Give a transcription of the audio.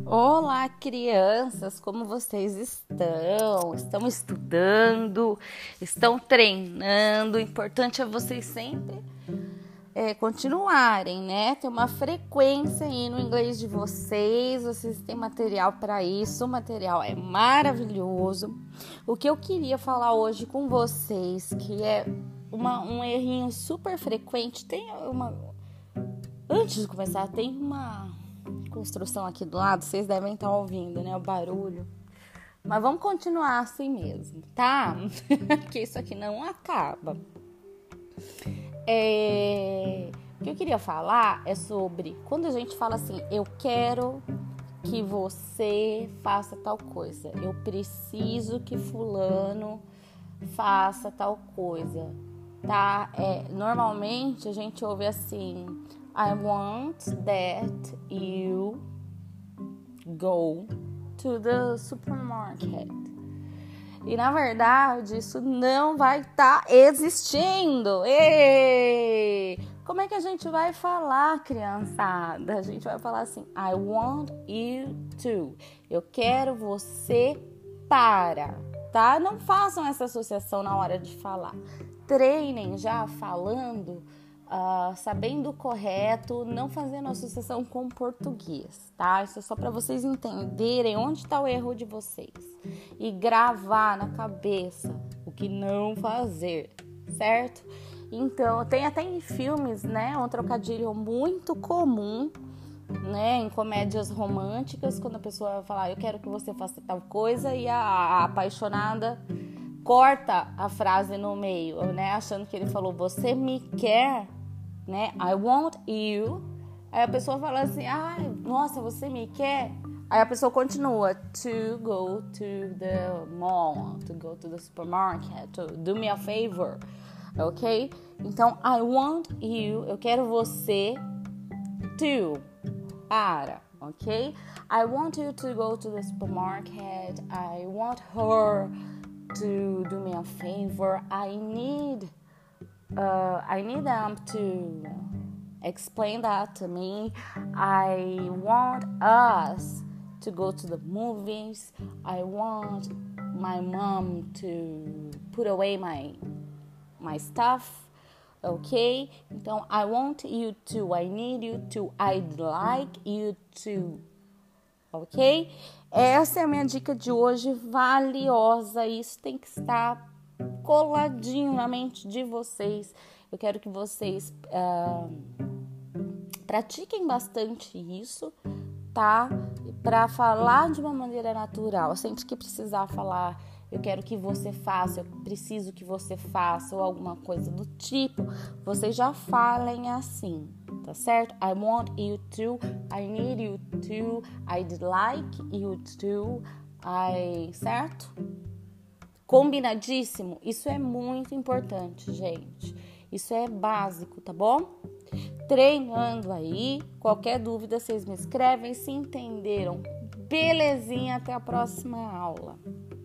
Olá, crianças, como vocês estão? Estão estudando? Estão treinando? O importante é vocês sempre continuarem, né? Ter uma frequência aí no inglês de vocês. Vocês têm material para isso. O material é maravilhoso. O que eu queria falar hoje com vocês, que é um errinho super frequente, Antes de começar, tem uma construção aqui do lado, vocês devem estar ouvindo, né, o barulho. Mas vamos continuar assim mesmo, tá? Porque isso aqui não acaba. O que eu queria falar é sobre quando a gente fala assim, eu quero que você faça tal coisa, eu preciso que fulano faça tal coisa, tá? Normalmente a gente ouve assim, I want that you go to the supermarket. E na verdade isso não vai estar existindo. Ei! Como é que a gente vai falar, criançada? A gente vai falar assim, I want you to. Eu quero você para, tá? Não façam essa associação na hora de falar. Treinem já falando, sabendo o correto, não fazendo associação com português, tá? Isso é só para vocês entenderem onde está o erro de vocês e gravar na cabeça o que não fazer, certo? Então, tem até em filmes, né, um trocadilho muito comum, né, em comédias românticas, quando a pessoa vai falar, eu quero que você faça tal coisa, e a apaixonada corta a frase no meio, né, achando que ele falou, você me quer, né, I want you. Aí a pessoa fala assim, nossa, você me quer? Aí a pessoa continua, to go to the mall, to go to the supermarket, to do me a favor, ok? Então, I want you, eu quero você, to, para, ok? I want you to go to the supermarket, I want her to do me a favor, I need them to explain that to me. I want us to go to the movies. I want my mom to put away my stuff. Ok? Então, I want you to, I need you to, I'd like you to. Ok? Essa é a minha dica de hoje, valiosa. Isso tem que estar coladinho na mente de vocês. Eu quero que vocês pratiquem bastante isso, tá? Para falar de uma maneira natural. Sempre que precisar falar, eu quero que você faça, eu preciso que você faça, ou alguma coisa do tipo, vocês já falem assim, tá certo? I want you to, I need you to, I'd like you to, certo? Combinadíssimo? Isso é muito importante, gente. Isso é básico, tá bom? Treinando aí. Qualquer dúvida, vocês me escrevem. Se entenderam, belezinha. Até a próxima aula.